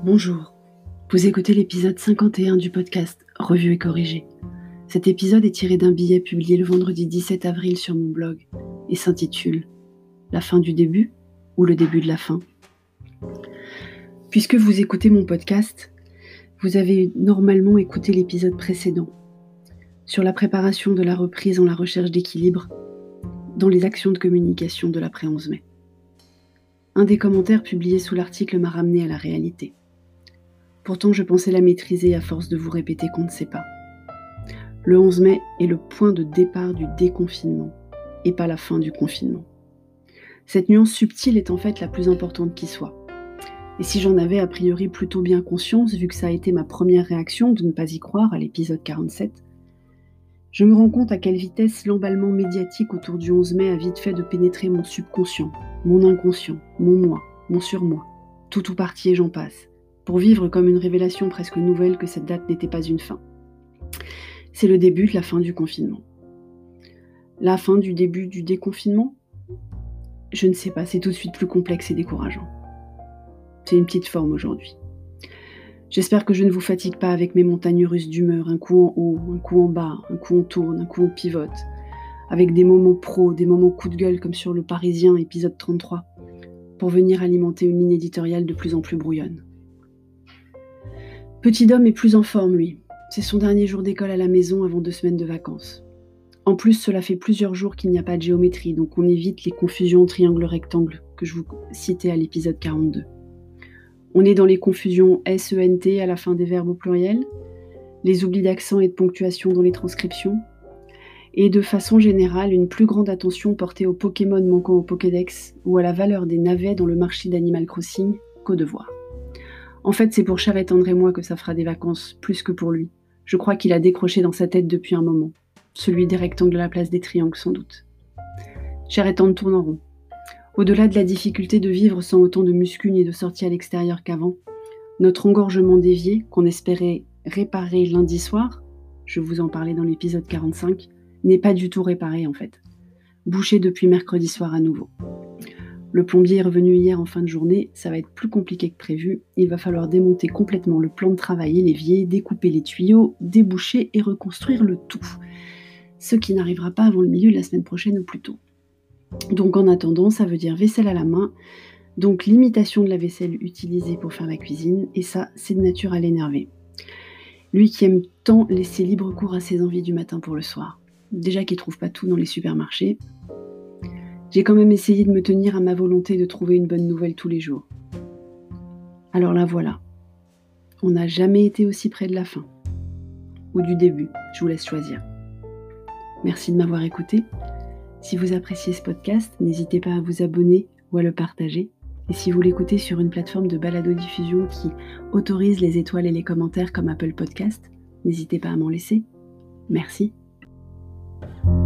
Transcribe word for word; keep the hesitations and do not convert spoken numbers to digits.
Bonjour, vous écoutez l'épisode cinquante et un du podcast Revu et corrigé. Cet épisode est tiré d'un billet publié le vendredi dix-sept avril sur mon blog et s'intitule « La fin du début ou le début de la fin ?» Puisque vous écoutez mon podcast, vous avez normalement écouté l'épisode précédent sur la préparation de la reprise en la recherche d'équilibre dans les actions de communication de l'après onze mai. Un des commentaires publiés sous l'article m'a ramené à la réalité. Pourtant, je pensais la maîtriser à force de vous répéter qu'on ne sait pas. Le onze mai est le point de départ du déconfinement et pas la fin du confinement. Cette nuance subtile est en fait la plus importante qui soit. Et si j'en avais a priori plutôt bien conscience, vu que ça a été ma première réaction de ne pas y croire à l'épisode quarante-sept, je me rends compte à quelle vitesse l'emballement médiatique autour du onze mai a vite fait de pénétrer mon subconscient, mon inconscient, mon moi, mon surmoi, tout ou partie et j'en passe, pour vivre comme une révélation presque nouvelle que cette date n'était pas une fin. C'est le début de la fin du confinement. La fin du début du déconfinement ? Je ne sais pas, c'est tout de suite plus complexe et décourageant. C'est une petite forme aujourd'hui. J'espère que je ne vous fatigue pas avec mes montagnes russes d'humeur, un coup en haut, un coup en bas, un coup on tourne, un coup on pivote, avec des moments pro, des moments coup de gueule comme sur Le Parisien, épisode trente-trois, pour venir alimenter une ligne éditoriale de plus en plus brouillonne. Petit Dom est plus en forme, lui. C'est son dernier jour d'école à la maison avant deux semaines de vacances. En plus, cela fait plusieurs jours qu'il n'y a pas de géométrie, donc on évite les confusions triangle-rectangle que je vous citais à l'épisode quarante-deux. On est dans les confusions S E N T à la fin des verbes au pluriel, les oublis d'accent et de ponctuation dans les transcriptions, et de façon générale, une plus grande attention portée aux Pokémon manquant au Pokédex ou à la valeur des navets dans le marché d'Animal Crossing qu'aux devoirs. En fait, c'est pour Chavette André moi que ça fera des vacances, plus que pour lui. Je crois qu'il a décroché dans sa tête depuis un moment. Celui des rectangles à la place des triangles, sans doute. Chavette tourne en rond. Au-delà de la difficulté de vivre sans autant de muscu ni de sorties à l'extérieur qu'avant, notre engorgement dévié, qu'on espérait réparer lundi soir, je vous en parlais dans l'épisode quarante-cinq, n'est pas du tout réparé en fait. Bouché depuis mercredi soir à nouveau. Le plombier est revenu hier en fin de journée, ça va être plus compliqué que prévu. Il va falloir démonter complètement le plan de travail et l'évier, découper les tuyaux, déboucher et reconstruire le tout. Ce qui n'arrivera pas avant le milieu de la semaine prochaine ou plus tôt. Donc en attendant, ça veut dire vaisselle à la main, donc limitation de la vaisselle utilisée pour faire la cuisine, et ça, c'est de nature à l'énerver. Lui qui aime tant laisser libre cours à ses envies du matin pour le soir. Déjà qu'il trouve pas tout dans les supermarchés. J'ai quand même essayé de me tenir à ma volonté de trouver une bonne nouvelle tous les jours. Alors là voilà, on n'a jamais été aussi près de la fin, ou du début, je vous laisse choisir. Merci de m'avoir écouté. Si vous appréciez ce podcast, n'hésitez pas à vous abonner ou à le partager. Et si vous l'écoutez sur une plateforme de balado-diffusion qui autorise les étoiles et les commentaires comme Apple Podcast, n'hésitez pas à m'en laisser. Merci.